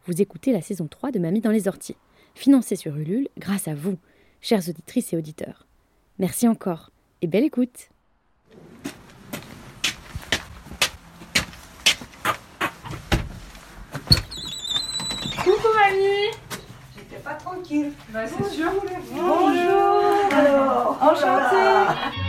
Vous écoutez la saison 3 de Mamie dans les orties, financée sur Ulule grâce à vous, chères auditrices et auditeurs. Merci encore et belle écoute. Coucou mamie. J'étais pas tranquille. Bah c'est sûr. Bonjour. Alors, Enchantée.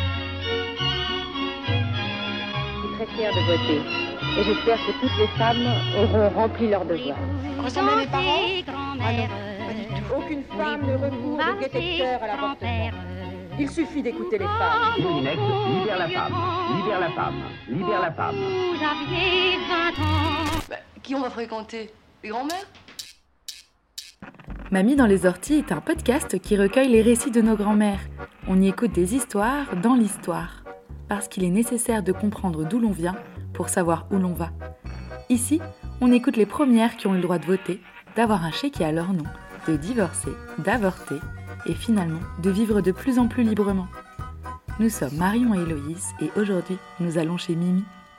Je suis très fière de voter et j'espère que toutes les femmes auront rempli leur devoir. Ressemblez mes parents? Aucune femme ne recourt au détecteur à l'avortement. Il suffit d'écouter les femmes. Moulinex, libère la femme, libère la femme, libère la femme. Vous aviez 20 ans. Qui on va fréquenter? Les grands-mères? Mamie dans les orties est un podcast qui recueille les récits de nos grands-mères. On y écoute des histoires dans l'histoire. Parce qu'il est nécessaire de comprendre d'où l'on vient pour savoir où l'on va. Ici, on écoute les premières qui ont eu le droit de voter, d'avoir un chéquier à leur nom, de divorcer, d'avorter et finalement de vivre de plus en plus librement. Nous sommes Marion et Héloïse et aujourd'hui, nous allons chez Mimi.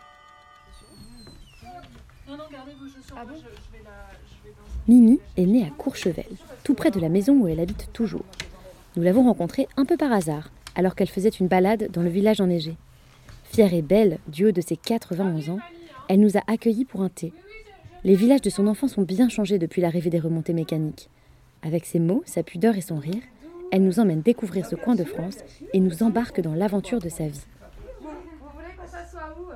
Mimi est née à Courchevel, tout près de la maison où elle habite toujours. Nous l'avons rencontrée un peu par hasard, alors qu'elle faisait une balade dans le village enneigé. Fière et belle, du haut de ses 91 ans, elle nous a accueillis pour un thé. Les villages de son enfance ont bien changé depuis l'arrivée des remontées mécaniques. Avec ses mots, sa pudeur et son rire, elle nous emmène découvrir ce coin de France et nous embarque dans l'aventure de sa vie. vous voulez que ça soit où?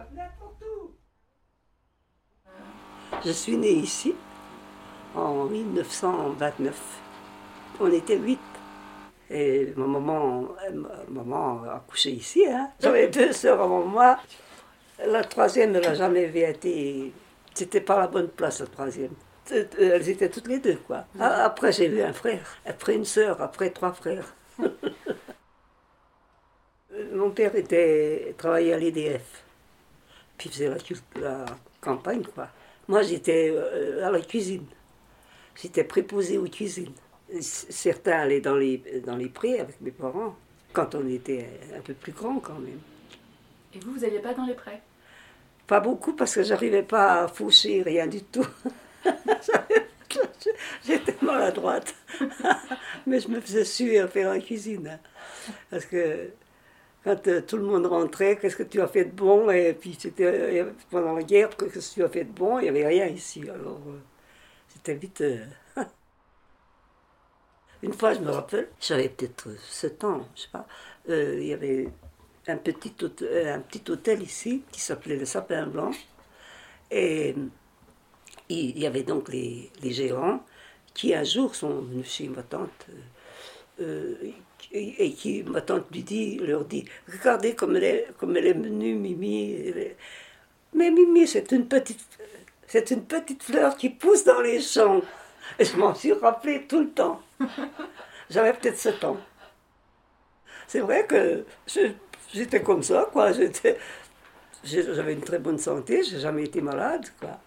Je suis née ici en 1929. On était 8. Et ma maman a couché ici. J'avais 2 sœurs avant moi. La troisième, elle n'a jamais été. C'était pas la bonne place, la troisième. Elles étaient toutes les 2, quoi. Après, j'ai eu un frère, après une sœur, après 3 frères. Mon père travaillait à l'EDF. Puis il faisait la campagne, quoi. Moi, j'étais à la cuisine. J'étais préposée aux cuisines. Certains allaient dans les prés avec mes parents, quand on était un peu plus grands quand même. Et vous n'alliez pas dans les prés? Pas beaucoup parce que j'arrivais pas à faucher, rien du tout. J'étais maladroite. Mais je me faisais suer à faire la cuisine. Parce que quand tout le monde rentrait, qu'est-ce que tu as fait de bon? Et puis c'était pendant la guerre, qu'est-ce que tu as fait de bon? Il n'y avait rien ici. Alors c'était vite... Une fois, je me rappelle, j'avais peut-être 7 ans, je sais pas, il y avait un petit hôtel ici qui s'appelait le Sapin Blanc. Et il y avait donc les gérants qui un jour sont venus chez ma tante et qui, ma tante leur dit, regardez comme elle est venue, Mimi. Mais Mimi, c'est une petite fleur qui pousse dans les champs. Et je m'en suis rappelé tout le temps. J'avais peut-être 7 ans. C'est vrai que j'étais comme ça, quoi. J'avais une très bonne santé, j'ai jamais été malade, quoi.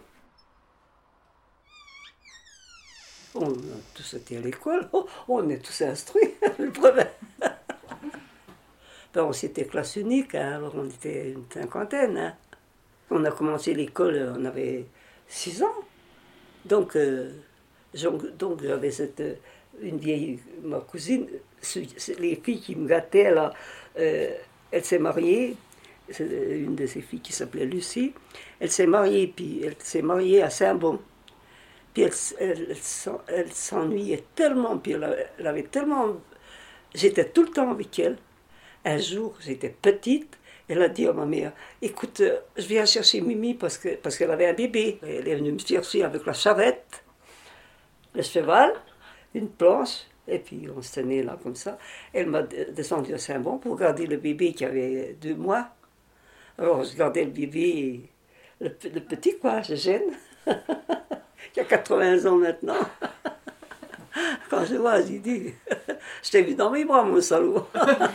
On a tous été à l'école, on est tous instruits, le problème. Ben, on s'était classe unique, alors on était une cinquantaine. On a commencé l'école, on avait 6 ans. Donc j'avais une vieille, ma cousine, les filles qui me gâtaient, elle s'est mariée, c'est une de ses filles qui s'appelait Lucie, elle s'est mariée à Saint-Bon. Puis elle s'ennuyait tellement, puis elle avait tellement... J'étais tout le temps avec elle. Un jour, j'étais petite, elle a dit à ma mère, écoute, je viens chercher Mimi parce qu'elle avait un bébé. Elle est venue me chercher avec la charrette, le cheval, une planche, et puis on se tenait là comme ça. Elle m'a descendu à Saint-Bon pour garder le bébé qui avait 2 mois. Alors je gardais le bébé, le petit quoi, je gêne, qui a 80 ans maintenant. Quand je vois, j'ai dit, je t'ai vu dans mes bras, mon salaud.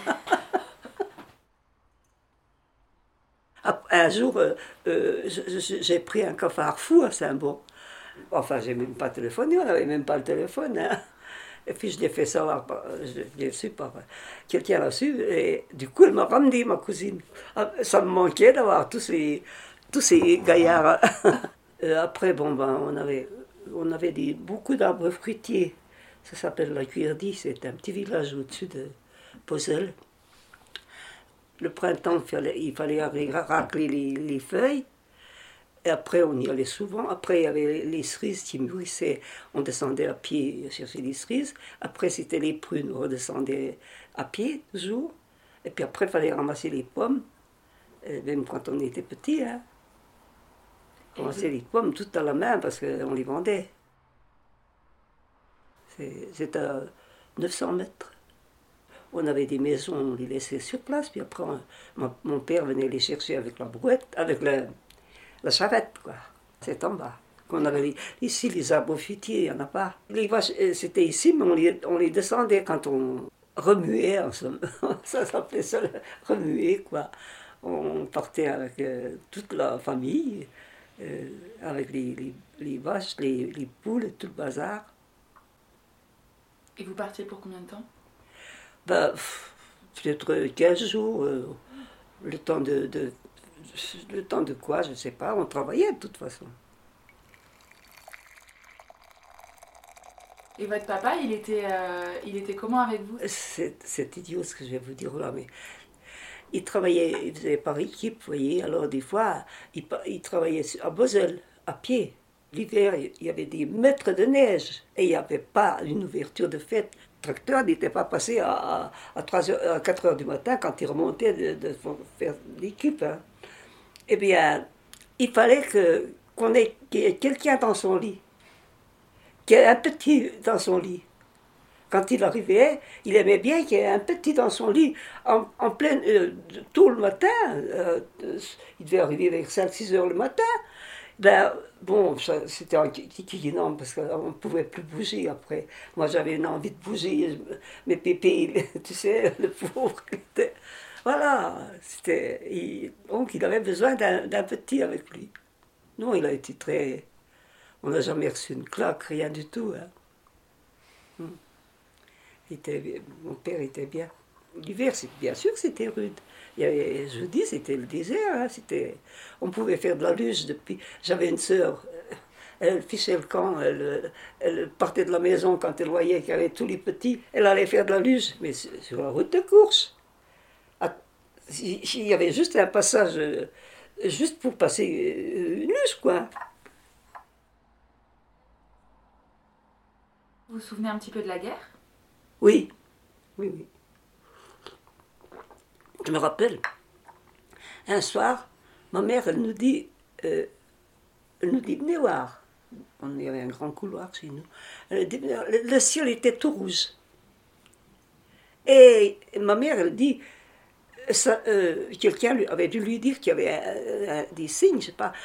Un jour, j'ai pris un cafard fou à Saint-Bon. Enfin, j'ai même pas téléphoné, on n'avait même pas le téléphone. Et puis je l'ai fait savoir, je l'ai su par quelqu'un l'a su, et du coup elle m'a ramené, ma cousine. Ça me manquait d'avoir tous ces gaillards. Après, on avait on avait beaucoup d'arbres fruitiers. Ça s'appelle la Cuirdie, c'est un petit village au-dessus de Pozelle. Le printemps, il fallait aller racler les feuilles. Et après, on y allait souvent. Après, il y avait les cerises qui mûrissaient. On descendait à pied chercher les cerises. Après, c'était les prunes. On redescendait à pied, toujours. Et puis après, il fallait ramasser les pommes. Et même quand on était petit, hein. Ramasser les pommes toutes à la main parce qu'on les vendait. C'était à 900 mètres. On avait des maisons, on les laissait sur place. Puis après, mon père venait les chercher avec la brouette, avec la charrette, quoi. C'est en bas. On avait ici les arbres fruitiers, il n'y en a pas. Les vaches, c'était ici, mais on les descendait quand on remuait, en somme. Ça s'appelait ça, remuer, quoi. On partait avec toute la famille, avec les vaches, les poules et tout le bazar. Et vous partiez pour combien de temps? Peut-être 15 jours, le temps de quoi, je ne sais pas, on travaillait de toute façon. Et votre papa, il était comment avec vous? C'est idiot ce que je vais vous dire là, mais il travaillait, il faisait par équipe, vous voyez, alors des fois, il travaillait à Bozelle, à pied. L'hiver, il y avait des mètres de neige et il n'y avait pas une ouverture de fête. Le tracteur n'était pas passé à 4 heures du matin quand il remontait de faire l'équipe. Hein. Eh bien, il fallait qu'il y ait quelqu'un dans son lit, qu'il y ait un petit dans son lit. Quand il arrivait, il aimait bien qu'il y ait un petit dans son lit en plein, tôt le matin. Il devait arriver vers 5-6 heures le matin. Ben, bon, c'était énorme parce qu'on ne pouvait plus bouger après. Moi, j'avais une envie de bouger. Mes pépés, tu sais, le pauvre. Voilà, donc il avait besoin d'un petit avec lui. Non, il a été très... On n'a jamais reçu une claque, rien du tout. Hein. Mon père était bien. L'hiver, bien sûr que c'était rude. Je vous dis, c'était le désert. Hein, on pouvait faire de la luge depuis... J'avais une sœur, elle fichait le camp, elle partait de la maison quand elle voyait qu'il y avait tous les petits. Elle allait faire de la luge, mais sur la route de course. Il y avait juste un passage, juste pour passer une luge, quoi. Vous vous souvenez un petit peu de la guerre? Oui, oui, oui. Je me rappelle, un soir, ma mère, elle nous dit, venez voir. Il y avait un grand couloir chez nous. Elle dit, le ciel était tout rouge. Et ma mère, elle dit, quelqu'un avait dû lui dire qu'il y avait des signes, je sais pas.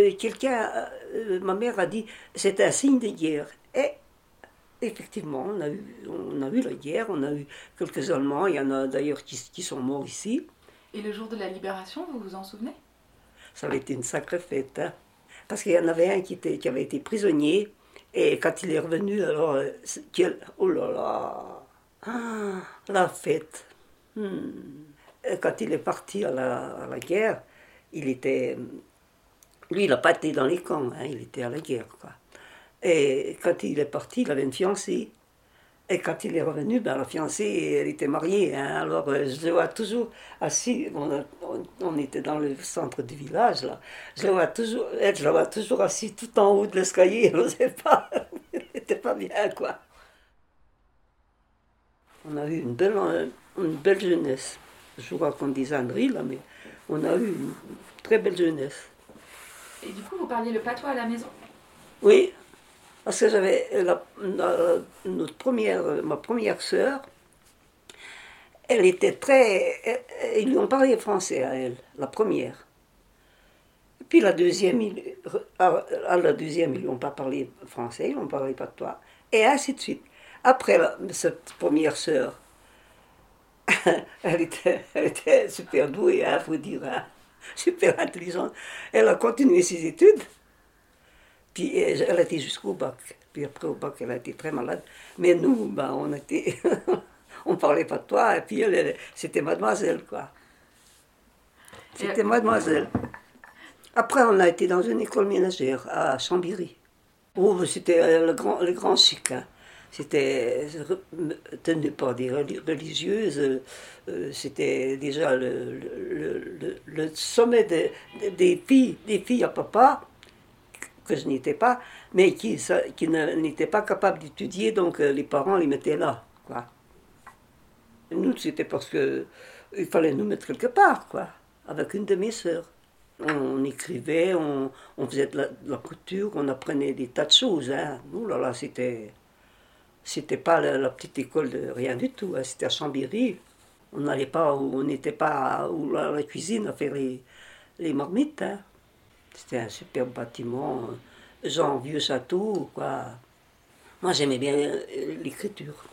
Ma mère a dit, c'est un signe de guerre. Et effectivement, on a eu la guerre, on a eu quelques Allemands, il y en a d'ailleurs qui sont morts ici. Et le jour de la libération, vous vous en souvenez? Ça avait été une sacrée fête, hein. Parce qu'il y en avait un qui avait été prisonnier, et quand il est revenu, alors, oh là là, la fête. Et quand il est parti à la guerre, lui, il n'a pas été dans les camps, hein, il était à la guerre, quoi. Et quand il est parti, il avait une fiancée. Et quand il est revenu, la fiancée, elle était mariée. Hein, alors je le vois toujours assis, on était dans le centre du village, là. Je la vois toujours assis tout en haut de l'escalier, je ne sais pas, elle n'était pas bien, quoi. On a eu une belle jeunesse. Je vous raconte des âneries, là, mais on a eu une très belle jeunesse. Et du coup, vous parliez le patois à la maison? Oui. Parce que j'avais ma première sœur, elle était ils lui ont parlé français à elle, la première. Et puis la deuxième, ils lui ont pas parlé français, ils lui ont parlé patois, et ainsi de suite. Après, cette première sœur, elle était super douée, hein, faut dire, hein, super intelligente. Elle a continué ses études. Puis elle était jusqu'au bac. Puis après au bac, elle a été très malade. Mais nous, on parlait pas de toi. Et puis elle, c'était mademoiselle, quoi. C'était mademoiselle. Après, on a été dans une école ménagère à Chambéry. Oh, c'était le grand chic. Hein. C'était tenu par des religieuses. C'était déjà le sommet des filles à papa, que je n'étais pas, mais qui n'étaient pas capables d'étudier, donc les parents les mettaient là. Quoi. Et nous, c'était parce qu'il fallait nous mettre quelque part, quoi, avec une de mes sœurs. On écrivait, on faisait de la couture, on apprenait des tas de choses. Hein. Ouh là là, c'était pas la petite école de rien du tout. Hein. C'était à Chambéry. On n'allait pas, on n'était pas à la cuisine à faire les marmites. Hein. C'était un superbe bâtiment, genre vieux château, quoi. Moi, j'aimais bien l'écriture.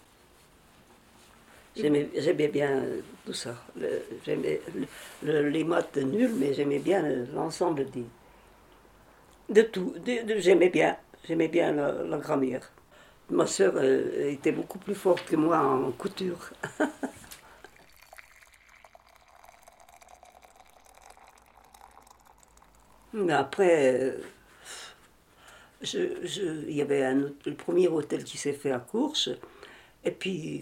J'aimais bien tout ça. J'aimais les maths nuls, mais j'aimais bien l'ensemble de tout. J'aimais bien la grammaire. Ma sœur était beaucoup plus forte que moi en couture. Mais après, il y avait le premier hôtel qui s'est fait à Courche, et puis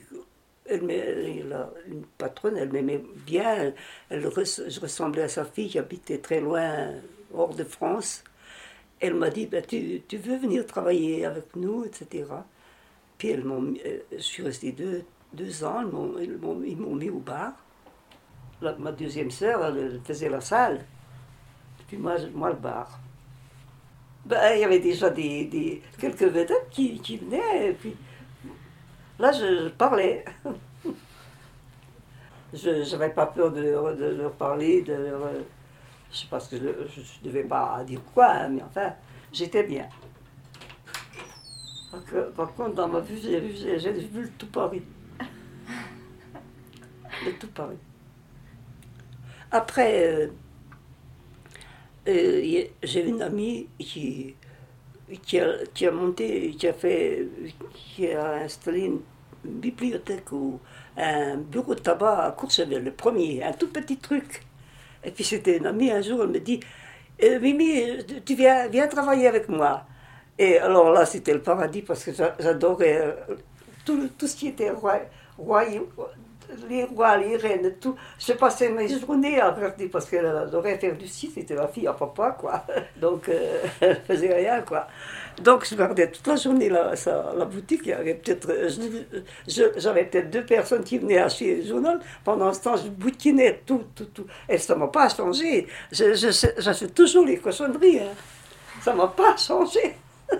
une patronne, elle m'aimait bien, je ressemblais à sa fille qui habitait très loin, hors de France. Elle m'a dit, ben, tu veux venir travailler avec nous, etc. Puis je suis restée deux ans, ils m'ont mis au bar. Ma deuxième sœur, elle faisait la salle, puis moi le bar. Ben, il y avait déjà quelques vedettes qui venaient, et puis là je parlais. Je n'avais pas peur de leur parler, je ne sais pas ce que je ne devais pas dire quoi, hein, mais enfin, j'étais bien. Par contre, dans ma vue, j'ai vu le tout Paris. Le tout Paris. Après, j'ai une amie qui a installé une bibliothèque ou un bureau de tabac à Courchevel, le premier, un tout petit truc. Et puis c'était une amie, un jour, elle me dit Mimi, tu viens travailler avec moi. Et alors là, c'était le paradis parce que j'adorais tout ce qui était les rois, les reines, tout. Je passais mes journées à regarder parce qu'elle adorait faire du ski, c'était la fille à papa, quoi. Donc, elle faisait rien, quoi. Donc, je regardais toute la journée la boutique. Il y avait j'avais peut-être 2 personnes qui venaient acheter le journal. Pendant ce temps, je bouquinais tout. Et ça ne m'a pas changé. J'achète toujours les cochonneries. Hein. Ça ne m'a pas changé.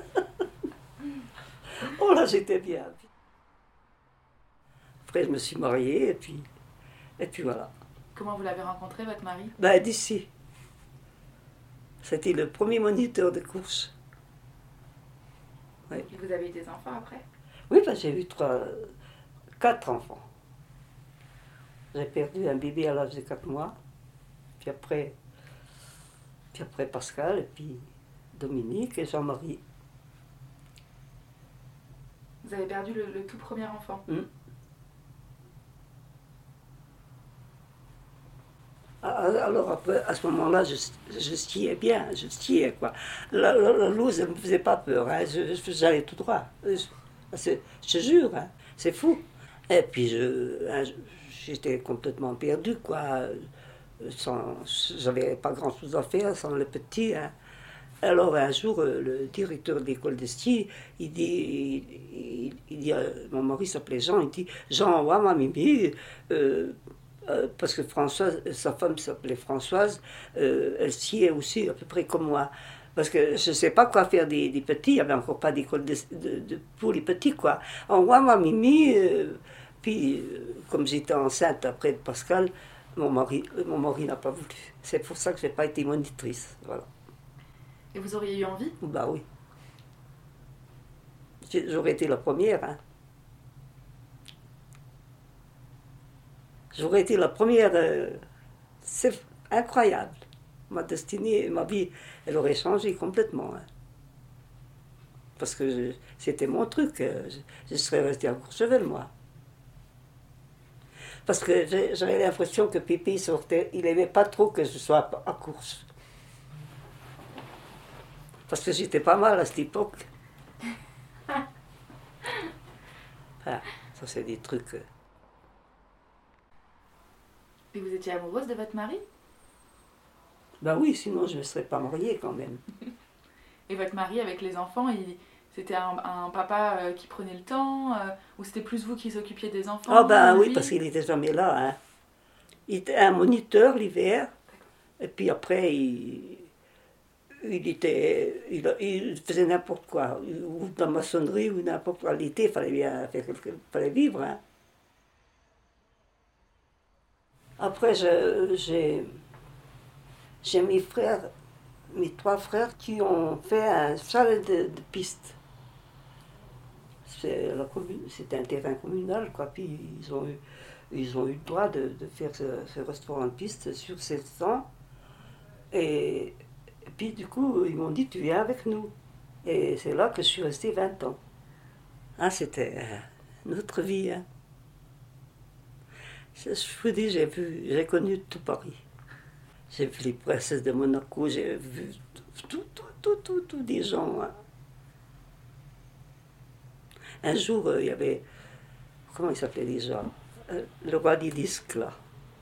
Oh là, j'étais bien. Après, je me suis mariée, et puis voilà. Comment vous l'avez rencontré, votre mari? Ben, d'ici. C'était le premier moniteur de course. Ouais. Et vous avez eu des enfants après? Oui, ben, j'ai eu 4 enfants. J'ai perdu un bébé à l'âge de 4 mois. Puis après Pascal, et puis Dominique et Jean-Marie. Vous avez perdu le tout premier enfant? Alors après, à ce moment-là, je skiais bien, quoi. La loose, elle ne me faisait pas peur, hein. J'allais tout droit. Je te jure, hein. C'est fou. Et puis j'étais complètement perdu, quoi. J'avais pas grand-chose à faire sans le petit, hein. Alors un jour, le directeur de l'école de ski, il dit mon mari s'appelait Jean, il dit Jean, ouais, ma Mimi, parce que Françoise, sa femme s'appelait Françoise, elle skiait aussi à peu près comme moi. Parce que je ne sais pas quoi faire des petits, il n'y avait encore pas d'école pour les petits, quoi. En moi, ma Mimi, puis comme j'étais enceinte après de Pascal, mon mari n'a pas voulu. C'est pour ça que je n'ai pas été monitrice, voilà. Et vous auriez eu envie? Bah oui. J'aurais été la première, hein. J'aurais été la première. C'est incroyable. Ma destinée, ma vie, elle aurait changé complètement. Hein. Parce que c'était mon truc. Je serais restée à Courchevel, moi. Parce que j'avais l'impression que Pipi sortait. Il n'aimait pas trop que je sois à Courche. Parce que j'étais pas mal à cette époque. Ah, ça, c'est des trucs... Et vous étiez amoureuse de votre mari? Ben oui, sinon je ne me serais pas mariée quand même. Et votre mari avec les enfants, c'était un papa qui prenait le temps ou c'était plus vous qui s'occupiez des enfants? Ah ben oui, parce qu'il n'était jamais là. Hein. Il était un moniteur l'hiver, et puis après il faisait n'importe quoi, ou de la maçonnerie ou n'importe quoi. L'été, il fallait vivre. Hein. Après, j'ai mes 3 frères qui ont fait un chalet de piste. C'était un terrain communal, quoi. Puis ils ont eu le droit de faire ce restaurant de piste sur 700. Et puis du coup, ils m'ont dit, tu viens avec nous. Et c'est là que je suis restée 20 ans. Hein, c'était notre vie. Hein. Je vous dis, j'ai connu tout Paris. J'ai vu les princesses de Monaco, j'ai vu tout des gens. Hein. Un jour, il y avait, comment il s'appelait déjà, le roi des disques, là.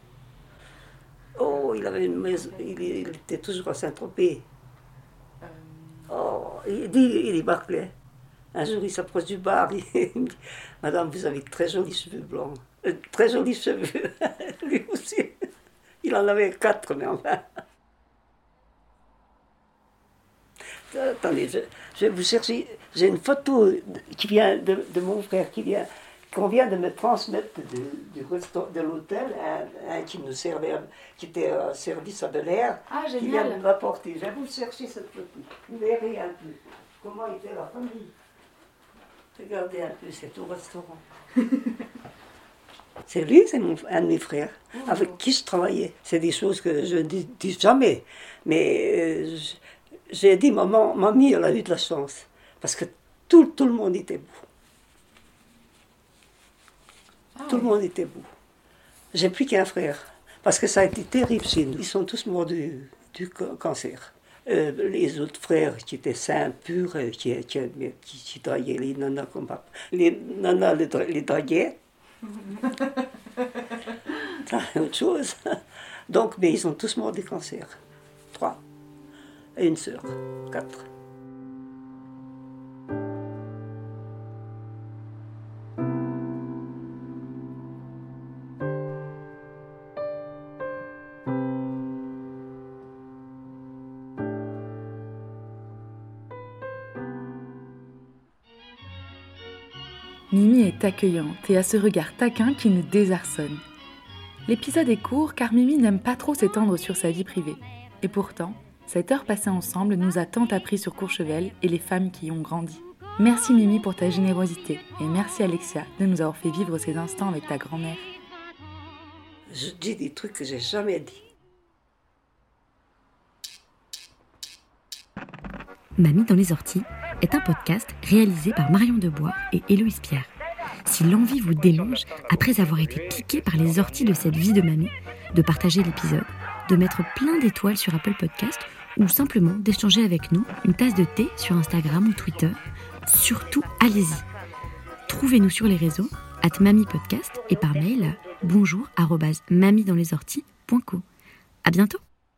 Oh, il avait une maison, il était toujours à Saint-Tropez. Oh, il débarquait. Un jour, il s'approche du bar, il me dit, Madame, vous avez très jolis cheveux blancs. Très jolis cheveux. Lui aussi. Il en avait 4, mais enfin. Attendez, je vais vous chercher. J'ai une photo qui vient de mon frère, qu'on vient de me transmettre de l'hôtel, un qui nous servait, qui était au service à Bel-Air. Ah, génial. Qui vient de me rapporter. Je vais vous chercher cette photo. Vous verrez un peu comment était la famille. Regardez un peu, c'est au restaurant. C'est lui, c'est un de mes frères, avec qui je travaillais. C'est des choses que je ne dis jamais. Mais j'ai dit, mamie, elle a eu de la chance. Parce que tout le monde était beau. Tout le monde était beau. J'ai plus qu'un frère. Parce que ça a été terrible chez nous. Ils sont tous morts du cancer. Les autres frères qui étaient sains, purs, qui draillaient les nanas comme papa. Les nanas les draillaient. C'est autre chose. Donc, mais ils sont tous morts du cancer. 3. Et une sœur. 4. Mimi est accueillante et a ce regard taquin qui nous désarçonne. L'épisode est court car Mimi n'aime pas trop s'étendre sur sa vie privée. Et pourtant, cette heure passée ensemble nous a tant appris sur Courchevel et les femmes qui y ont grandi. Merci Mimi pour ta générosité et merci Alexia de nous avoir fait vivre ces instants avec ta grand-mère. Je dis des trucs que j'ai jamais dit. Mamie dans les orties est un podcast réalisé par Marion Debois et Héloïse Pierre. Si l'envie vous démange, après avoir été piqué par les orties de cette vie de mamie, de partager l'épisode, de mettre plein d'étoiles sur Apple Podcast ou simplement d'échanger avec nous une tasse de thé sur Instagram ou Twitter, surtout allez-y. Trouvez-nous sur les réseaux @mamipodcast et par mail à bonjour@mamiedanslorties.co. À bientôt.